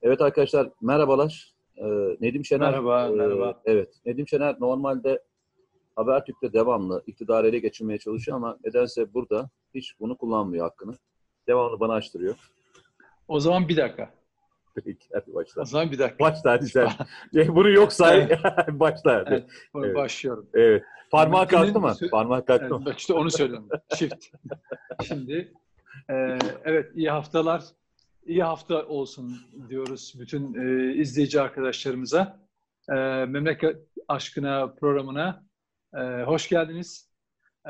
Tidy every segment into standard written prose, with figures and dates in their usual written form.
Evet arkadaşlar, merhabalar. Nedim Şener, Merhaba, merhaba. evet, Nedim Şener normalde Habertürk'te devamlı iktidarı ele geçirmeye çalışıyor ama nedense burada hiç bunu kullanmıyor hakkını. Devamlı bana açtırıyor. O zaman bir dakika. Peki, hadi başla. O zaman bir dakika. Başla hadi sen. Bunu yok say, Evet, başla hadi. evet. Evet, Başlıyorum. evet. Parmağı kalktı Mümkünün mı? Parmağı kalktı evet, mı? bak işte onu söylüyorum. Shift. Şimdi evet, iyi haftalar. İyi hafta olsun diyoruz bütün izleyici arkadaşlarımıza. Memleket Aşkına programına hoş geldiniz. E,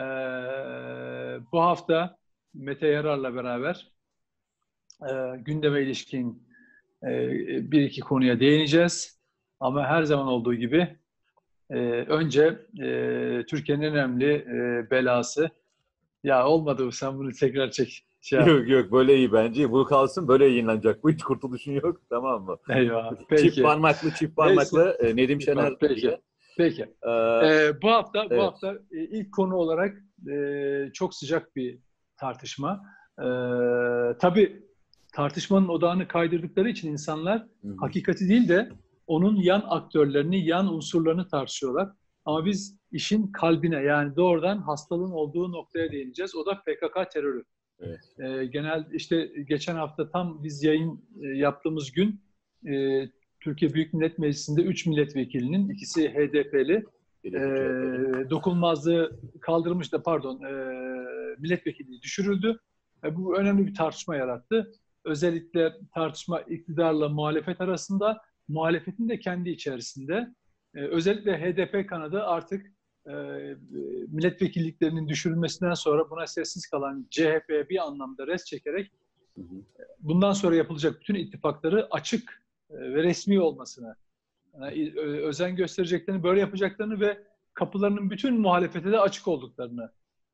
Bu hafta Mete Yarar'la beraber gündeme ilişkin bir iki konuya değineceğiz. Ama her zaman olduğu gibi önce Türkiye'nin en önemli belası. Ya olmadı bu, sen bunu tekrar çek. Şey yap. Yok yok, böyle iyi bence. Bu kalsın, böyle yayınlanacak. Bu hiç kurtuluşun yok, tamam mı? Eyvah. Çift Peki. parmaklı, çift Neyse. parmaklı Nedim Şener Peki. diye. Peki. Ee, Bu hafta evet. ilk konu olarak çok sıcak bir tartışma. Tabii tartışmanın odağını kaydırdıkları için insanlar Hı hı. hakikati değil de onun yan aktörlerini, yan unsurlarını tartışıyorlar. Ama biz işin kalbine, yani doğrudan hastalığın olduğu noktaya değineceğiz. O da PKK terörü. Evet. Genel işte geçen hafta tam biz yayın yaptığımız gün Türkiye Büyük Millet Meclisi'nde 3 milletvekilinin, ikisi HDP'li, Biri de CHP'li. dokunulmazlığı kaldırılmış da milletvekilliği düşürüldü. Bu önemli bir tartışma yarattı. Özellikle tartışma iktidarla muhalefet arasında, muhalefetin de kendi içerisinde. Özellikle HDP kanadı artık e, milletvekilliklerinin düşürülmesinden sonra buna sessiz kalan CHP'ye bir anlamda res çekerek Hı hı. bundan sonra yapılacak bütün ittifakları açık ve resmi olmasını özen göstereceklerini, böyle yapacaklarını ve kapılarının bütün muhalefete de açık olduklarını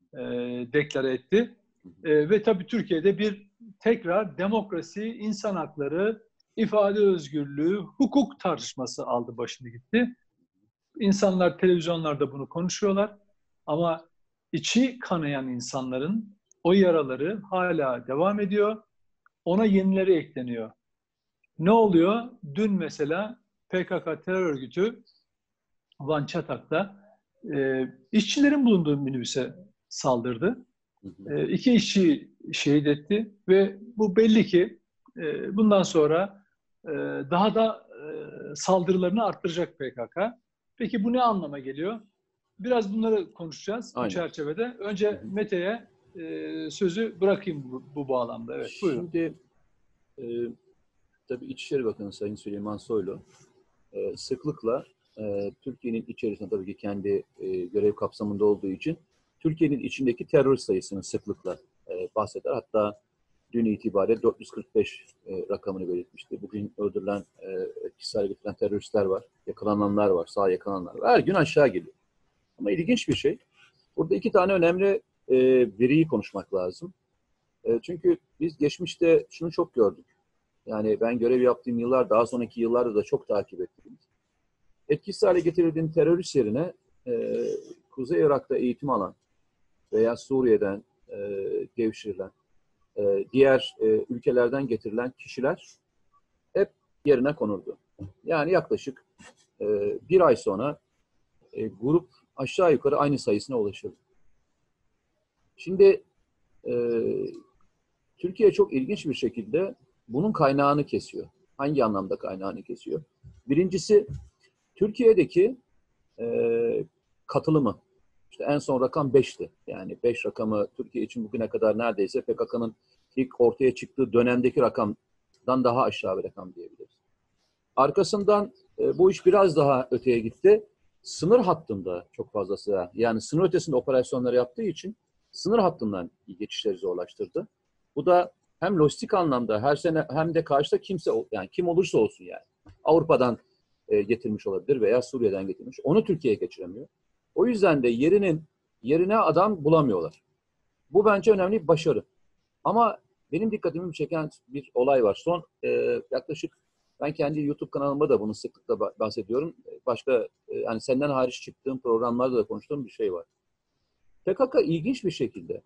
deklare etti. Hı hı. Ve tabii Türkiye'de bir tekrar demokrasi, insan hakları, ifade özgürlüğü, hukuk tartışması aldı başını gitti. İnsanlar televizyonlarda bunu konuşuyorlar ama içi kanayan insanların o yaraları hala devam ediyor. Ona yenileri ekleniyor. Ne oluyor? Dün mesela PKK terör örgütü Van Çatak'ta işçilerin bulunduğu minibüse saldırdı. Hı hı. İki işçi şehit etti ve bu belli ki bundan sonra daha da saldırılarını arttıracak PKK. Peki bu ne anlama geliyor? Biraz bunları konuşacağız bu Aynen. çerçevede. Hı Önce hı. Mete'ye sözü bırakayım bu bağlamda. Evet, buyurun. Şimdi e, tabii İçişleri Bakanı Sayın Süleyman Soylu sıklıkla Türkiye'nin içerisinde tabii ki kendi görev kapsamında olduğu için Türkiye'nin içindeki terör sayısını sıklıkla bahseder. Hatta dün itibariyle 445 rakamını belirtmişti. Bugün öldürülen, etkisiz hale getirilen teröristler var, yakalananlar var, sağ yakalananlar var. Her gün aşağı geliyor. Ama ilginç bir şey. Burada iki tane önemli veriyi konuşmak lazım. Çünkü biz geçmişte şunu çok gördük. Yani ben görev yaptığım yıllar, daha sonraki yıllarda da çok takip ettim. Etkisiz hale getirildiğin terörist yerine Kuzey Irak'ta eğitim alan veya Suriye'den devşirilen, diğer ülkelerden getirilen kişiler hep yerine konurdu. Yani yaklaşık bir ay sonra grup aşağı yukarı aynı sayısına ulaşırdı. Şimdi e, Türkiye çok ilginç bir şekilde bunun kaynağını kesiyor. Hangi anlamda kaynağını kesiyor? Birincisi Türkiye'deki katılımı. İşte en son rakam 5'ti. Yani 5 rakamı Türkiye için bugüne kadar neredeyse PKK'nın ilk ortaya çıktığı dönemdeki rakamdan daha aşağı bir rakam diyebiliriz. Arkasından bu iş biraz daha öteye gitti. Sınır hattında çok fazlası, yani sınır ötesinde operasyonları yaptığı için sınır hattından geçişleri zorlaştırdı. Bu da hem lojistik anlamda her sene hem de karşıda kimse, yani kim olursa olsun, yani Avrupa'dan getirmiş olabilir veya Suriye'den getirmiş. Onu Türkiye'ye geçiremiyor. O yüzden de yerine adam bulamıyorlar. Bu bence önemli bir başarı. Ama benim dikkatimi çeken bir olay var. Son yaklaşık, ben kendi YouTube kanalımda da bunu sıklıkla bahsediyorum. Başka yani senden hariç çıktığım programlarda da konuştuğum bir şey var. PKK ilginç bir şekilde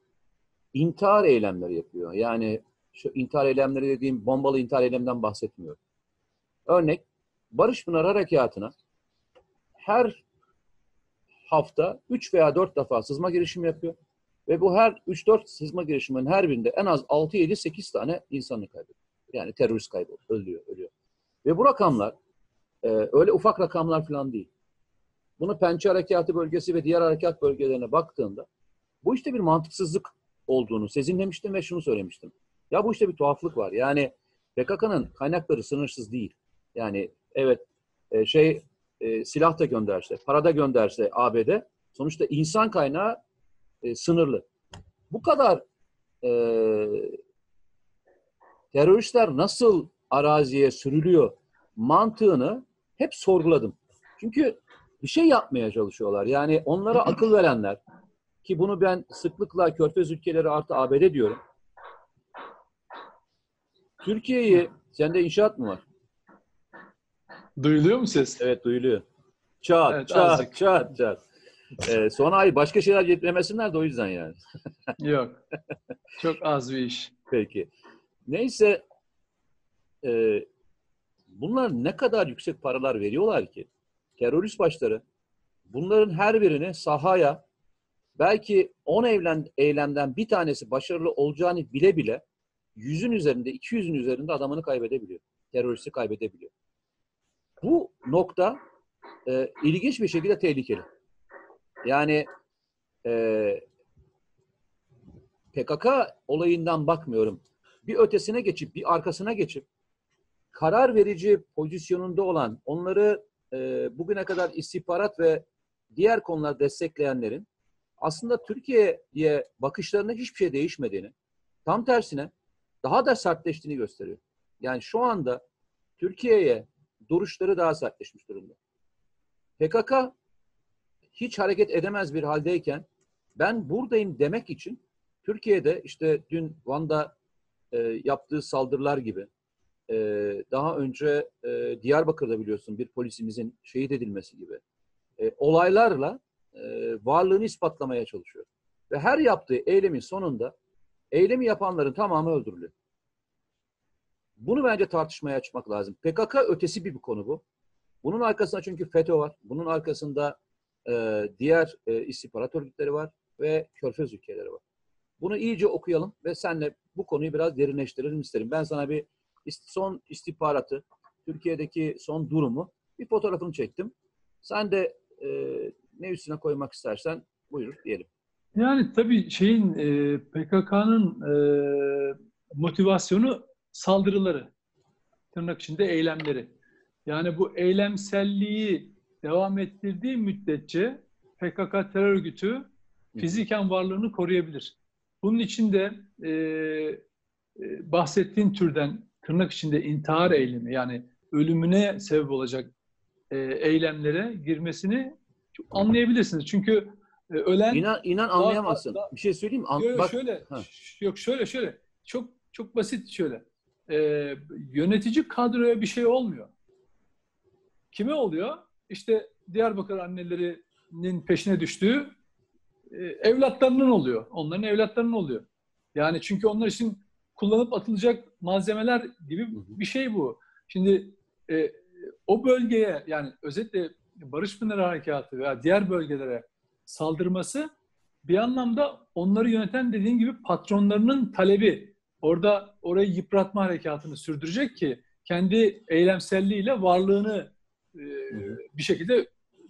intihar eylemleri yapıyor. Yani şu intihar eylemleri dediğim bombalı intihar eyleminden bahsetmiyorum. Örnek, Barış Pınar Harekatı'na her hafta 3 veya 4 defa sızma girişimi yapıyor. Ve bu her 3-4 sızma girişiminin her birinde en az 6-7-8 tane insanı kaybediyor. Yani terörist kayboluyor, ölüyor. Ve bu rakamlar öyle ufak rakamlar falan değil. Bunu Pençe Harekatı bölgesi ve diğer harekat bölgelerine baktığında bu işte bir mantıksızlık olduğunu sezinlemiştim ve şunu söylemiştim. Ya bu işte bir tuhaflık var. Yani PKK'nın kaynakları sınırsız değil. Yani evet silah da gönderse, para da gönderse ABD sonuçta insan kaynağı sınırlı. Bu kadar e, teröristler nasıl araziye sürülüyor mantığını hep sorguladım. Çünkü bir şey yapmaya çalışıyorlar. Yani onlara akıl verenler, ki bunu ben sıklıkla Körfez ülkeleri artı ABD diyorum. Türkiye'yi, sende inşaat mı var? Duyuluyor mu ses? Evet, duyuluyor. Çat, Evet, çat, azıcık. çat, çat. Sonra başka şeyler getiremesinler de o yüzden yani. Yok. Çok az bir iş. Peki. Neyse, bunlar ne kadar yüksek paralar veriyorlar ki terörist başları bunların her birini sahaya belki 10 eylemden bir tanesi başarılı olacağını bile bile 100'ün üzerinde, 200'ün üzerinde adamını kaybedebiliyor. Teröristi kaybedebiliyor. Bu nokta ilginç bir şekilde tehlikeli. Yani PKK olayından bakmıyorum. Bir ötesine geçip, bir arkasına geçip karar verici pozisyonunda olan, onları bugüne kadar istihbarat ve diğer konular destekleyenlerin aslında Türkiye'ye bakışlarında hiçbir şey değişmediğini, tam tersine daha da sertleştiğini gösteriyor. Yani şu anda Türkiye'ye duruşları daha sertleşmiş durumda. PKK hiç hareket edemez bir haldeyken ben buradayım demek için Türkiye'de işte dün Van'da yaptığı saldırılar gibi, daha önce Diyarbakır'da biliyorsun bir polisimizin şehit edilmesi gibi olaylarla varlığını ispatlamaya çalışıyor. Ve her yaptığı eylemin sonunda eylemi yapanların tamamı öldürülüyor. Bunu bence tartışmaya açmak lazım. PKK ötesi bir konu bu. Bunun arkasında çünkü FETÖ var. Bunun arkasında diğer istihbarat örgütleri var ve Körfez ülkeleri var. Bunu iyice okuyalım ve seninle bu konuyu biraz derinleştirelim isterim. Ben sana bir son istihbaratı, Türkiye'deki son durumu bir fotoğrafını çektim. Sen de ne üstüne koymak istersen buyur diyelim. Yani tabii PKK'nın motivasyonu saldırıları, tırnak içinde eylemleri. Yani bu eylemselliği devam ettirdiği müddetçe PKK terör örgütü fiziken varlığını koruyabilir. Bunun için de bahsettiğin türden tırnak içinde intihar eylemi, yani ölümüne sebep olacak eylemlere girmesini anlayabilirsiniz. Çünkü ölen İnan anlayamazsın. Bir şey söyleyeyim mi? Yok şöyle, şöyle. Çok basit şöyle. Yönetici kadroya bir şey olmuyor. Kime oluyor? İşte Diyarbakır annelerinin peşine düştüğü evlatlarının oluyor. Onların evlatlarının oluyor. Yani çünkü onlar için kullanıp atılacak malzemeler gibi bir şey bu. Şimdi o bölgeye, yani özetle Barış Pınarı Harekatı veya diğer bölgelere saldırması bir anlamda onları yöneten, dediğin gibi, patronlarının talebi. Orayı yıpratma harekatını sürdürecek ki kendi eylemselliğiyle varlığını bir şekilde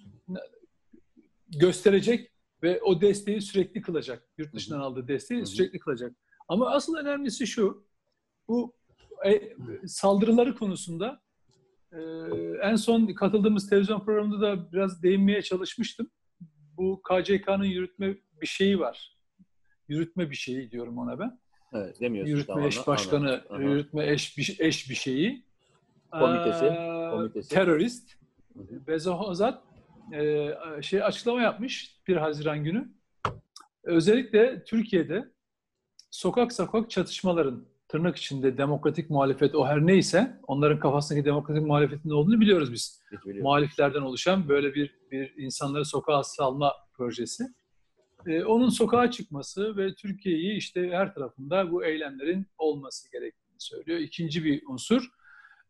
gösterecek ve o desteği sürekli kılacak. Yurt dışından aldığı desteği sürekli kılacak. Ama asıl önemlisi şu: bu saldırıları konusunda en son katıldığımız televizyon programında da biraz değinmeye çalışmıştım. Bu KCK'nın yürütme bir şeyi var. Yürütme bir şeyi diyorum ona ben. Evet, demiyorsun. Yürütme Tamam, eş başkanı, yürütme eş bir şeyi. Komitesi. Terörist. Bezahozat açıklama yapmış 1 Haziran günü. Özellikle Türkiye'de sokak çatışmaların, tırnak içinde demokratik muhalefet, o her neyse, onların kafasındaki demokratik muhalefetin ne olduğunu biliyoruz biz. Muhaliflerden oluşan böyle bir insanları sokağa salma projesi. Onun sokağa çıkması ve Türkiye'yi işte her tarafında bu eylemlerin olması gerektiğini söylüyor. İkinci bir unsur,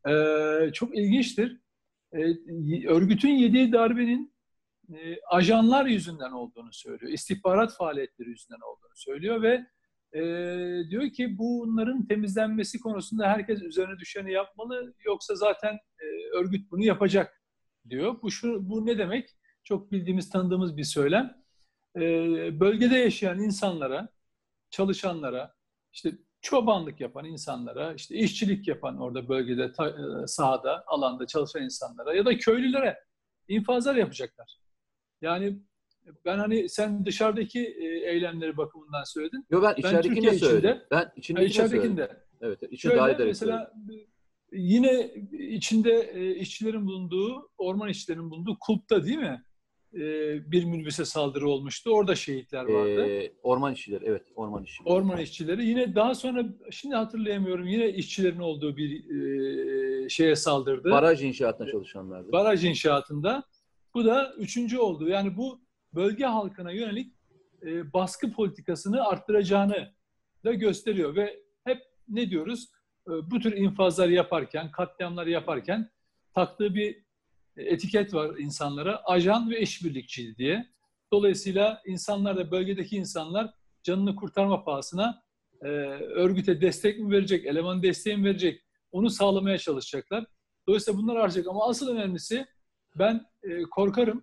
çok ilginçtir. Örgütün yediği darbenin ajanlar yüzünden olduğunu söylüyor. İstihbarat faaliyetleri yüzünden olduğunu söylüyor ve diyor ki bunların temizlenmesi konusunda herkes üzerine düşeni yapmalı, yoksa zaten örgüt bunu yapacak diyor. Bu ne demek? Çok bildiğimiz, tanıdığımız bir söylem. Bölgede yaşayan insanlara, çalışanlara, işte çobanlık yapan insanlara, işte işçilik yapan orada bölgede, sahada, alanda çalışan insanlara ya da köylülere infazlar yapacaklar. Yani ben hani sen dışarıdaki eylemleri bakımından söyledin. Yo, ben Ben içeridekini de Türkiye söyledim. içinde, Ben içindekini de söyledim. içeridekinde Evet, içine daha şöyle ederek söyledim. mesela yine içinde işçilerin bulunduğu, orman işçilerinin bulunduğu Kulp'ta değil mi? Bir minibüse saldırı olmuştu. Orada şehitler vardı. Orman işçileri, evet, orman işçileri. Orman işçileri. Yine daha sonra, şimdi hatırlayamıyorum, yine işçilerin olduğu bir şeye saldırdı. Baraj inşaatına çalışanlardı. Baraj inşaatında. Bu da üçüncü oldu. Yani bu bölge halkına yönelik baskı politikasını arttıracağını da gösteriyor. Ve hep ne diyoruz? Bu tür infazlar yaparken, katliamlar yaparken taktığı bir etiket var insanlara. Ajan ve işbirlikçi diye. Dolayısıyla insanlar da, bölgedeki insanlar canını kurtarma pahasına örgüte destek mi verecek, eleman desteği mi verecek, onu sağlamaya çalışacaklar. Dolayısıyla bunlar artacak. Ama asıl önemlisi, ben korkarım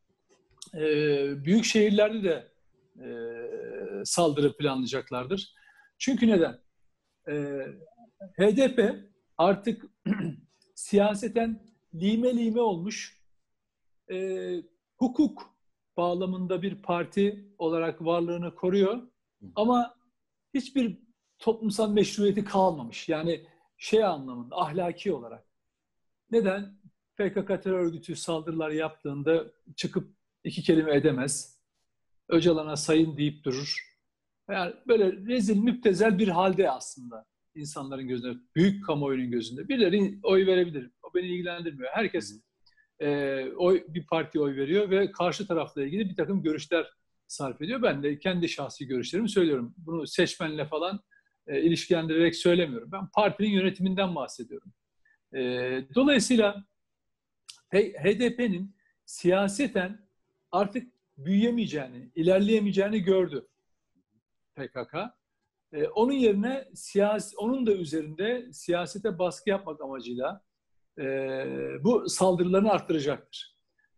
büyük şehirlerde de saldırı planlayacaklardır. Çünkü neden? HDP artık siyaseten lime lime olmuş, hukuk bağlamında bir parti olarak varlığını koruyor ama hiçbir toplumsal meşruiyeti kalmamış. Yani şey anlamında, ahlaki olarak. Neden? PKK terör örgütü saldırılar yaptığında çıkıp iki kelime edemez. Öcalan'a sayın deyip durur. Yani böyle rezil, müptezel bir halde aslında insanların gözünde, büyük kamuoyunun gözünde. Birileri oy verebilir. O beni ilgilendirmiyor. Herkes bir partiye oy veriyor ve karşı tarafla ilgili bir takım görüşler sarf ediyor. Ben de kendi şahsi görüşlerimi söylüyorum. Bunu seçmenle falan ilişkilendirerek söylemiyorum. Ben partinin yönetiminden bahsediyorum. Dolayısıyla HDP'nin siyaseten artık büyüyemeyeceğini, ilerleyemeyeceğini gördü PKK. Onun yerine onun da üzerinde siyasete baskı yapmak amacıyla bu saldırılarını arttıracaktır.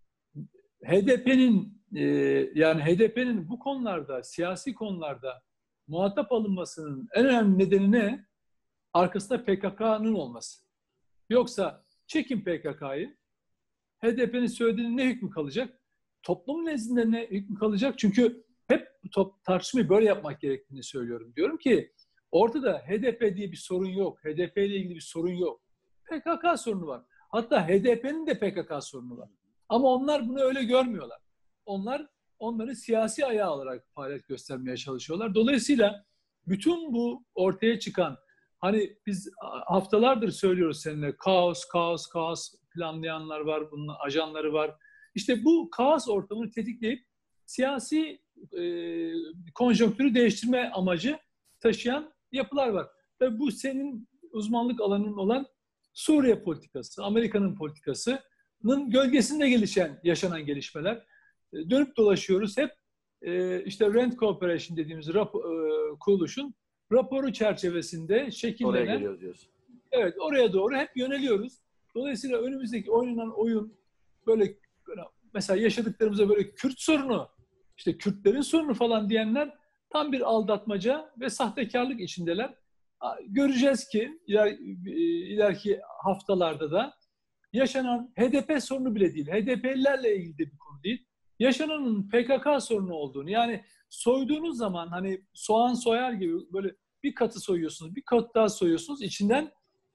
HDP'nin bu konularda, siyasi konularda muhatap alınmasının en önemli nedeni ne? Arkasında PKK'nın olması. Yoksa çekin PKK'yı, HDP'nin söylediğinin ne hükmü kalacak? Toplumun nezdinde ne hükmü kalacak? Çünkü hep tartışmayı böyle yapmak gerektiğini söylüyorum. Diyorum ki ortada HDP diye bir sorun yok. HDP ile ilgili bir sorun yok. PKK sorunu var. Hatta HDP'nin de PKK sorunu var. Ama onlar bunu öyle görmüyorlar. Onları siyasi ayağı olarak faaliyet göstermeye çalışıyorlar. Dolayısıyla bütün bu ortaya çıkan, hani biz haftalardır söylüyoruz seninle, kaos planlayanlar var, bunun ajanları var. İşte bu kaos ortamını tetikleyip siyasi konjonktürü değiştirme amacı taşıyan yapılar var. Tabii bu senin uzmanlık alanın olan Suriye politikası, Amerika'nın politikasının gölgesinde yaşanan gelişmeler. Dönüp dolaşıyoruz hep işte Rand Corporation dediğimiz kuruluşun raporu çerçevesinde şekillenen, oraya geliyoruz diyorsun. Evet, oraya doğru hep yöneliyoruz. Dolayısıyla önümüzdeki oynanan oyun böyle mesela yaşadıklarımıza böyle Kürt sorunu, işte Kürtlerin sorunu falan diyenler tam bir aldatmaca ve sahtekarlık içindeler. Göreceğiz ki ileriki haftalarda da yaşanan HDP sorunu bile değil, HDP'lilerle ilgili de bir konu değil. Yaşananın PKK sorunu olduğunu, yani soyduğunuz zaman hani soğan soyar gibi böyle bir katı soyuyorsunuz, bir kat daha soyuyorsunuz, içinden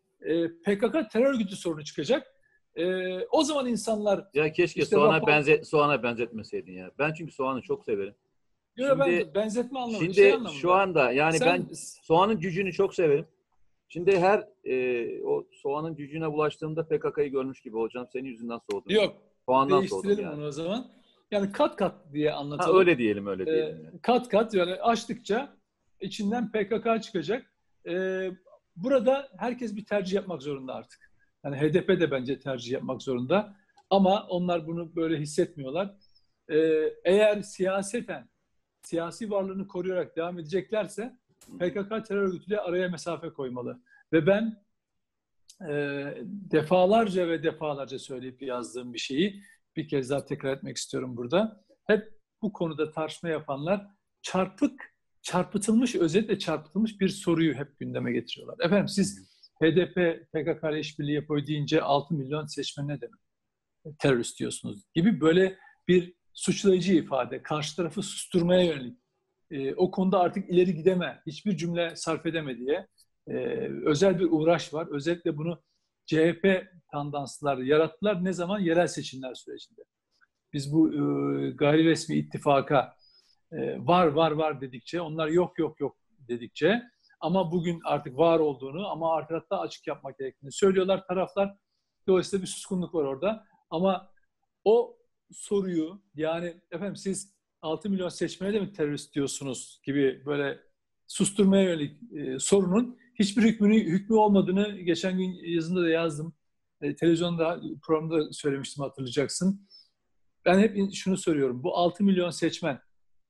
PKK terör örgütü sorunu çıkacak. O zaman insanlar... Ya keşke işte soğana benzetmeseydin ya. Ben çünkü soğanı çok severim. Ben benzetme anlamında, şimdi şey anlamında. Şu anda yani ben soğanın cücüğünü çok severim. Şimdi o soğanın cücüğüne bulaştığımda PKK'yı görmüş gibi olacağım. Senin yüzünden soğudum. Yok. Soğandan Değiştirelim yani. onu o zaman. Yani kat kat diye anlatalım. Öyle diyelim. Yani. Kat kat, yani açtıkça içinden PKK çıkacak. Burada herkes bir tercih yapmak zorunda artık. Yani HDP de bence tercih yapmak zorunda. Ama onlar bunu böyle hissetmiyorlar. Eğer siyasi varlığını koruyarak devam edeceklerse PKK terör örgütüyle araya mesafe koymalı. Ve ben defalarca söyleyip yazdığım bir şeyi bir kez daha tekrar etmek istiyorum burada. Hep bu konuda tartışma yapanlar özetle çarpıtılmış bir soruyu hep gündeme getiriyorlar. Efendim siz HDP, PKK ile işbirliği yapıyor deyince 6 milyon seçmen ne demek? Terörist diyorsunuz gibi böyle bir suçlayıcı ifade, karşı tarafı susturmaya yönelik. O konuda artık ileri gideme, hiçbir cümle sarf edeme diye özel bir uğraş var. Özellikle bunu CHP tandanslar yarattılar. Ne zaman? Yerel seçimler sürecinde. Biz bu gayri resmi ittifaka var dedikçe, onlar yok dedikçe ama bugün artık var olduğunu ama artık hatta açık yapmak gerektiğini söylüyorlar taraflar. Dolayısıyla bir suskunluk var orada. Ama o soruyu yani efendim siz 6 milyon seçmene de mi terörist diyorsunuz gibi böyle susturmaya yönelik sorunun hiçbir hükmü olmadığını geçen gün yazında da yazdım. Televizyonda programda söylemiştim, hatırlayacaksın. Ben hep şunu soruyorum. Bu 6 milyon seçmen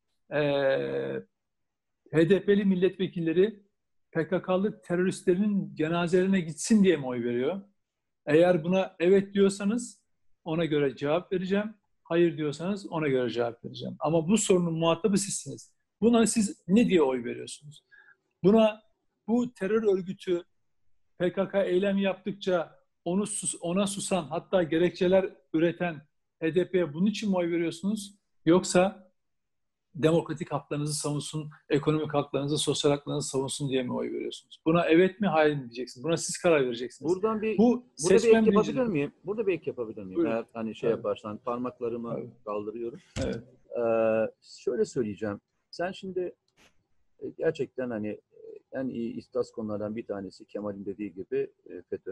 HDP'li milletvekilleri PKK'lı teröristlerin cenazelerine gitsin diye mi oy veriyor? Eğer buna evet diyorsanız ona göre cevap vereceğim. Hayır diyorsanız ona göre cevap vereceğim. Ama bu sorunun muhatabı sizsiniz. Buna siz ne diye oy veriyorsunuz? Bu terör örgütü PKK eylem yaptıkça ona susan, hatta gerekçeler üreten HDP'ye bunun için mi oy veriyorsunuz? Yoksa demokratik haklarınızı savunsun, ekonomik haklarınızı, sosyal haklarınızı savunsun diye mi oy veriyorsunuz? Buna evet mi, hayır mı diyeceksiniz? Buna siz karar vereceksiniz. Burada bir ek yapabilir miyim? Burada bir ek yapabilir miyim? Buyurun. Eğer hani yaparsan parmaklarımı kaldırıyorum. Evet. Şöyle söyleyeceğim. Sen şimdi gerçekten hani en iyi istas konulardan bir tanesi Kemal'in dediği gibi FETÖ.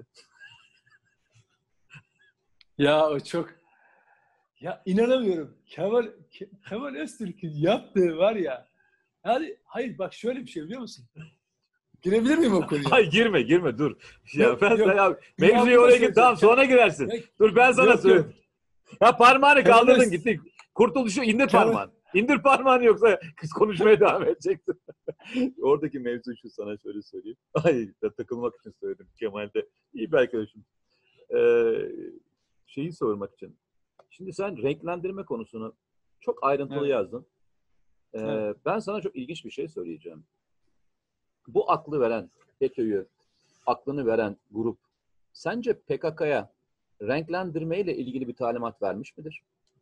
Ya o çok... Ya inanamıyorum. Kemal Öztürk'ün yaptığı var ya. Yani hayır bak şöyle bir şey biliyor musun? Girebilir miyim o konuya? Hayır girme dur. Yok, Mevzuya oraya git, tamam sonra girersin. Dur ben sana söyleyeyim. Ya parmağını kaldırdın gittik. Kurtuluşu indir parmağını. İndir parmağını yoksa kız konuşmaya devam edeceksin. Oradaki mevzu şu, sana şöyle söyleyeyim. Ay takılmak için söyledim. Kemal de iyi bir arkadaşım. Şeyi sormak için. Şimdi sen renklendirme konusunu çok ayrıntılı yazdın. Ben sana çok ilginç bir şey söyleyeceğim. Bu aklı veren, FETÖ'yü aklını veren grup sence PKK'ya renklendirmeyle ilgili bir talimat vermiş midir?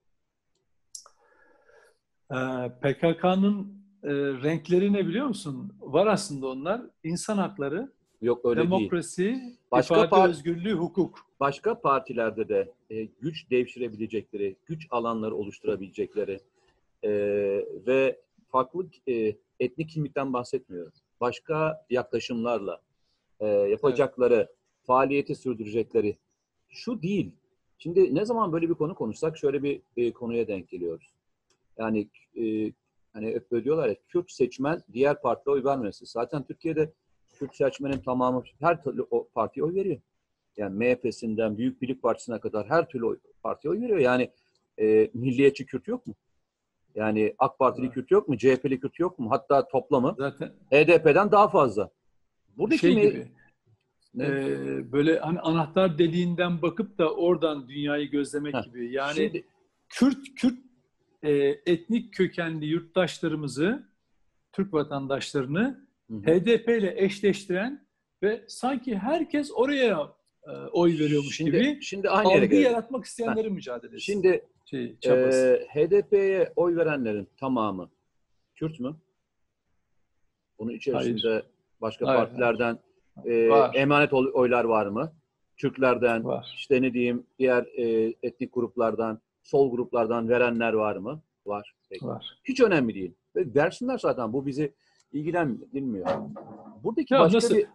PKK'nın renkleri ne biliyor musun? Var aslında onlar. İnsan hakları, yok öyle demokrasi, değil. ifade özgürlüğü, hukuk. Başka partilerde de güç devşirebilecekleri, güç alanları oluşturabilecekleri ve farklı etnik kimlikten bahsetmiyorum. Başka yaklaşımlarla yapacakları, faaliyeti sürdürecekleri şu değil. Şimdi ne zaman böyle bir konu konuşsak şöyle bir konuya denk geliyoruz. Yani hani hep böyle diyorlar ya, Kürt seçmen diğer partiye oy vermesi. Zaten Türkiye'de Kürt seçmenin tamamı her türlü o partiye oy veriyor. Yani MHP'sinden Büyük Birlik Partisi'ne kadar her türlü partiye oy veriyor. Yani milliyetçi Kürt yok mu? Yani AK Partili Kürt yok mu? CHP'li Kürt yok mu? Hatta toplamı zaten HDP'den daha fazla. Buradaki gibi böyle hani anahtar deliğinden bakıp da oradan dünyayı gözlemek gibi. Yani şimdi, Kürt etnik kökenli yurttaşlarımızı, Türk vatandaşlarını HDP ile eşleştiren ve sanki herkes oraya oy veriyormuş gibi şimdi aynı yere algı yaratmak isteyenlerin mücadelesi. Şimdi HDP'ye oy verenlerin tamamı Kürt mü? Bunun içerisinde başka partilerden emanet oylar var mı? Türklerden, işte ne diyeyim, diğer etnik gruplardan, sol gruplardan verenler var mı? Var. Peki. Var. Hiç önemli değil. Versinler zaten. Bu bizi ilgilendirmiyor. Buradaki ya başka nasıl? Bir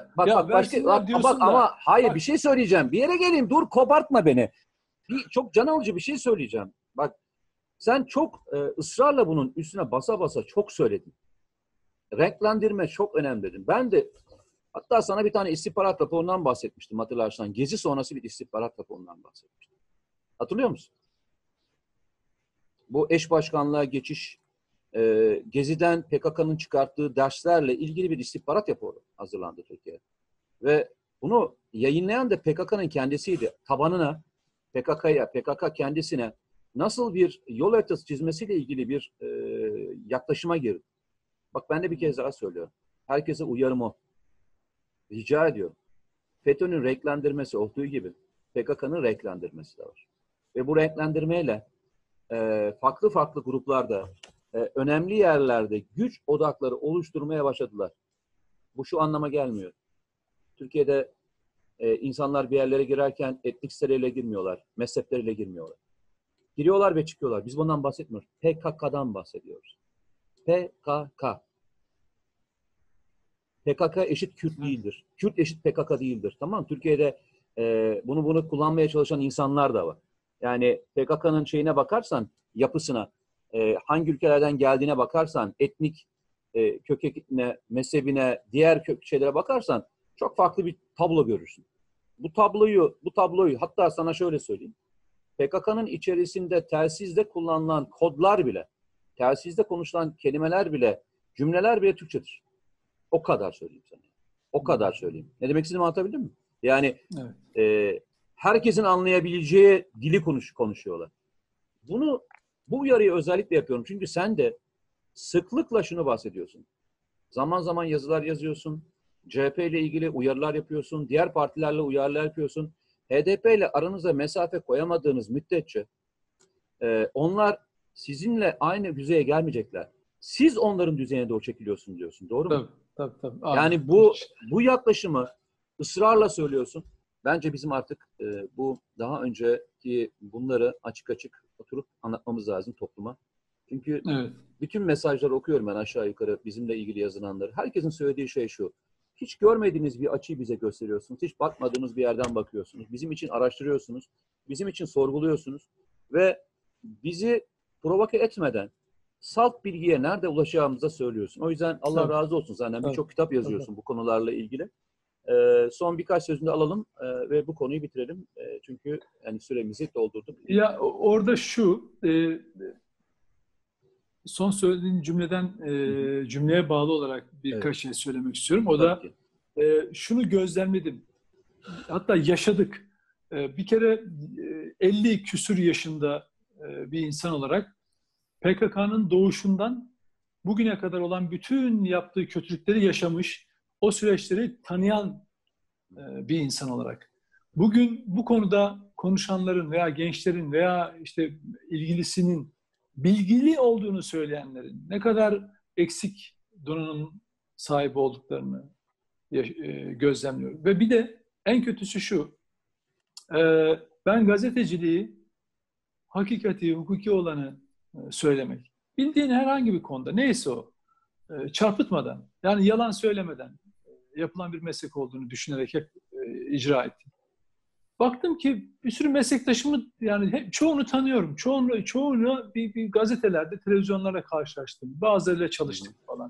ama hayır, bir şey söyleyeceğim. Bir yere geleyim. Dur, kopartma beni. Çok can alıcı bir şey söyleyeceğim. Bak, sen çok ısrarla bunun üstüne basa basa çok söyledin. Renklendirme çok önemli dedim. Ben de Hatta sana bir tane istihbarat raporundan bahsetmiştim hatırlarsan. Gezi sonrası bir istihbarat raporundan bahsetmiştim. Hatırlıyor musun? Bu eş başkanlığa geçiş, Gezi'den PKK'nın çıkarttığı derslerle ilgili bir istihbarat raporu hazırlandı Türkiye'de. Ve bunu yayınlayan da PKK'nın kendisiydi. Tabanına, PKK kendisine nasıl bir yol haritası çizmesiyle ilgili bir yaklaşıma girdi. Bak ben de bir kez daha söylüyorum. Herkese uyarım o. Rica ediyorum. FETÖ'nün renklendirmesi olduğu gibi PKK'nın renklendirmesi de var. Ve bu renklendirmeyle farklı farklı gruplarda önemli yerlerde güç odakları oluşturmaya başladılar. Bu şu anlama gelmiyor. Türkiye'de insanlar bir yerlere girerken etnik siteyle girmiyorlar, mezhepleriyle girmiyorlar. Giriyorlar ve çıkıyorlar. Biz bundan bahsetmiyoruz. PKK'dan bahsediyoruz. PKK. PKK eşit Kürt değildir. Kürt eşit PKK değildir. Tamam mı? Türkiye'de bunu kullanmaya çalışan insanlar da var. Yani PKK'nın şeyine bakarsan, yapısına, hangi ülkelerden geldiğine bakarsan, etnik kökene, mezhebine, diğer şeylere bakarsan çok farklı bir tablo görürsün. Bu tabloyu hatta sana şöyle söyleyeyim. PKK'nın içerisinde telsizde kullanılan kodlar bile, telsizde konuşulan kelimeler bile, cümleler bile Türkçedir. O kadar söyleyeyim sana. O kadar söyleyeyim. Ne demek istediğimi anlatabildim mi? Yani evet. Herkesin anlayabileceği dili konuşuyorlar. Bu uyarıyı özellikle yapıyorum. Çünkü sen de sıklıkla şunu bahsediyorsun. Zaman zaman yazılar yazıyorsun. CHP ile ilgili uyarılar yapıyorsun. Diğer partilerle uyarılar yapıyorsun. HDP ile aranıza mesafe koyamadığınız müddetçe onlar sizinle aynı düzeye gelmeyecekler. Siz onların düzeyine doğru çekiliyorsun diyorsun. Doğru mu? Tabii. Yani bu yaklaşımı ısrarla söylüyorsun. Bence bizim artık bu daha önceki bunları açık açık oturup anlatmamız lazım topluma. Çünkü bütün mesajları okuyorum ben aşağı yukarı bizimle ilgili yazılanları. Herkesin söylediği şey şu. Hiç görmediğiniz bir açıyı bize gösteriyorsunuz. Hiç bakmadığınız bir yerden bakıyorsunuz. Bizim için araştırıyorsunuz. Bizim için sorguluyorsunuz. Ve bizi provoke etmeden salt bilgiye nerede ulaşacağımızı da söylüyorsun. O yüzden Allah razı olsun senden. Birçok kitap yazıyorsun bu konularla ilgili. Son birkaç sözünü alalım ve bu konuyu bitirelim. Çünkü yani süremizi doldurduk. Ya orada şu son söylediğin cümleye bağlı olarak birkaç şey söylemek istiyorum. O da şunu gözlemledim. Hatta yaşadık. Bir kere 50 küsur yaşında bir insan olarak PKK'nın doğuşundan bugüne kadar olan bütün yaptığı kötülükleri yaşamış, o süreçleri tanıyan bir insan olarak. Bugün bu konuda konuşanların veya gençlerin veya işte ilgilisinin bilgili olduğunu söyleyenlerin ne kadar eksik donanım sahibi olduklarını gözlemliyorum. Ve bir de en kötüsü şu, ben gazeteciliği, hakikati, hukuki olanı söylemek. Bildiğin herhangi bir konuda, neyse o, çarpıtmadan, yani yalan söylemeden yapılan bir meslek olduğunu düşünerek hep icra ettim. Baktım ki bir sürü meslektaşımı, yani hep çoğunu tanıyorum. Çoğunu bir gazetelerde, televizyonlarla karşılaştım. Bazılarıyla çalıştık falan.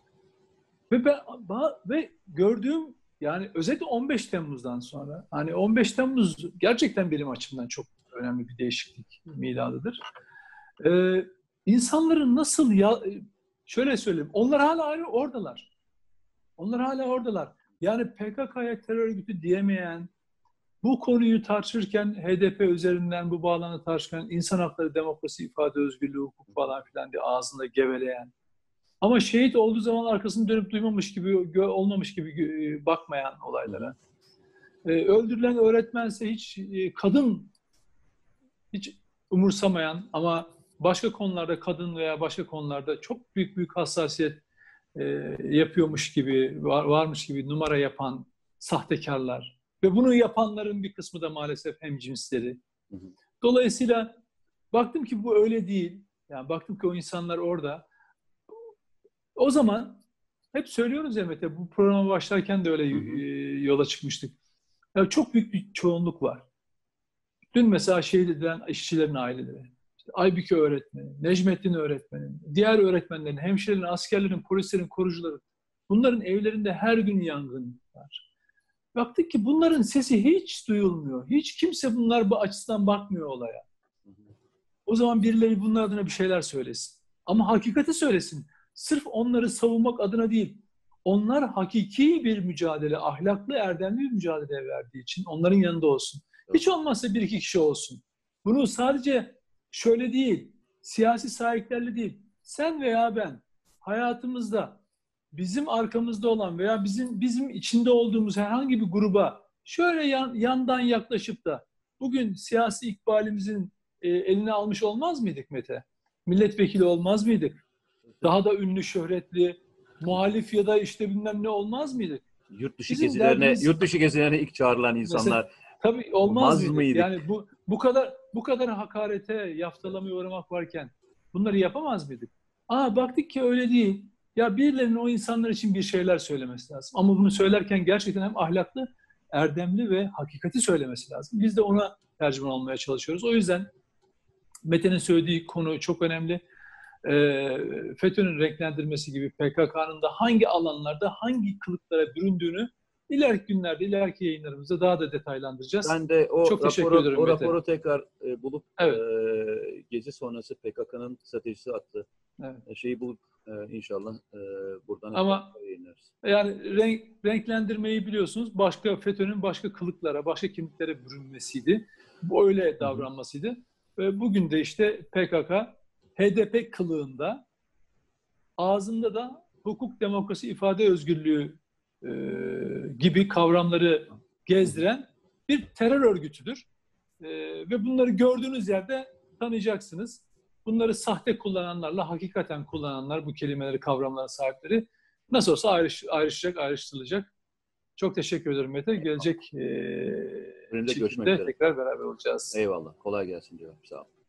Ve gördüğüm, yani özellikle 15 Temmuz'dan sonra, hani 15 Temmuz gerçekten benim açımdan çok önemli bir değişiklik miladıdır. İnsanların nasıl şöyle söyleyeyim, onlar hala oradalar. Onlar hala oradalar. Yani PKK'ya terör örgütü diyemeyen, bu konuyu tartışırken HDP üzerinden bu bağlamda tartışırken insan hakları, demokrasi, ifade özgürlüğü, hukuk falan filan diye ağzında geveleyen, ama şehit olduğu zaman arkasını dönüp duymamış gibi, olmamış gibi bakmayan olaylara. Öldürülen öğretmense kadın hiç umursamayan ama başka konularda kadın veya başka konularda çok büyük hassasiyet yapıyormuş gibi, varmış gibi numara yapan sahtekarlar. Ve bunu yapanların bir kısmı da maalesef hemcinsleri. Dolayısıyla baktım ki bu öyle değil. Yani baktım ki o insanlar orada. O zaman hep söylüyoruz ya Mete, bu programa başlarken de öyle yola çıkmıştık. Yani çok büyük bir çoğunluk var. Dün mesela şehit edilen işçilerin aileleri, işte Aybüke öğretmeni, Necmettin öğretmenin, diğer öğretmenlerin, hemşirelerin, askerlerin, polislerin, korucuların, bunların evlerinde her gün yangın var. Baktık ki bunların sesi hiç duyulmuyor. Hiç kimse bu açıdan bakmıyor olaya. O zaman birileri bunun adına bir şeyler söylesin. Ama hakikati söylesin. Sırf onları savunmak adına değil. Onlar hakiki bir mücadele, ahlaklı, erdemli bir mücadele verdiği için onların yanında olsun. Hiç olmazsa bir iki kişi olsun. Bunu sadece şöyle değil, siyasi sahiplerle değil, sen veya ben hayatımızda bizim arkamızda olan veya bizim içinde olduğumuz herhangi bir gruba şöyle yandan yaklaşıp da bugün siyasi ikbalimizin eline almış olmaz mıydık Mete? Milletvekili olmaz mıydık? Daha da ünlü, şöhretli, muhalif ya da işte bilmem ne olmaz mıydık? Yurt dışı gezilerine ilk çağrılan insanlar mesela, tabii olmaz mıydık? mıydık? Yani bu kadar hakarete, yaftalamaya uğramak varken bunları yapamaz mıydık? Baktık ki öyle değil. Ya birilerinin o insanlar için bir şeyler söylemesi lazım. Ama bunu söylerken gerçekten hem ahlaklı, erdemli ve hakikati söylemesi lazım. Biz de ona tercüman olmaya çalışıyoruz. O yüzden Mete'nin söylediği konu çok önemli. FETÖ'nün renklendirmesi gibi PKK'nın da hangi alanlarda hangi kılıklara büründüğünü ileriki günlerde, ileriki yayınlarımızda daha da detaylandıracağız. Ben de çok teşekkür ederim o Mete. raporu tekrar bulup Evet. gezi sonrası PKK'nın stratejisi adlı şeyi bulup inşallah buradan ama yayınlarız. Yani renklendirmeyi biliyorsunuz. FETÖ'nün başka kılıklara, başka kimliklere bürünmesiydi. Bu öyle davranmasıydı. Ve bugün de işte PKK HDP kılığında, ağzında da hukuk, demokrasi, ifade özgürlüğü gibi kavramları gezdiren bir terör örgütüdür. Ve bunları gördüğünüz yerde tanıyacaksınız. Bunları sahte kullananlarla hakikaten kullananlar, bu kelimeleri, kavramların sahipleri nasıl olsa ayrıştırılacak. Çok teşekkür ederim Mete. Gelecek Görüşmek çekimde üzere. tekrar beraber olacağız. Eyvallah. Kolay gelsin diyorum. Sağ olun.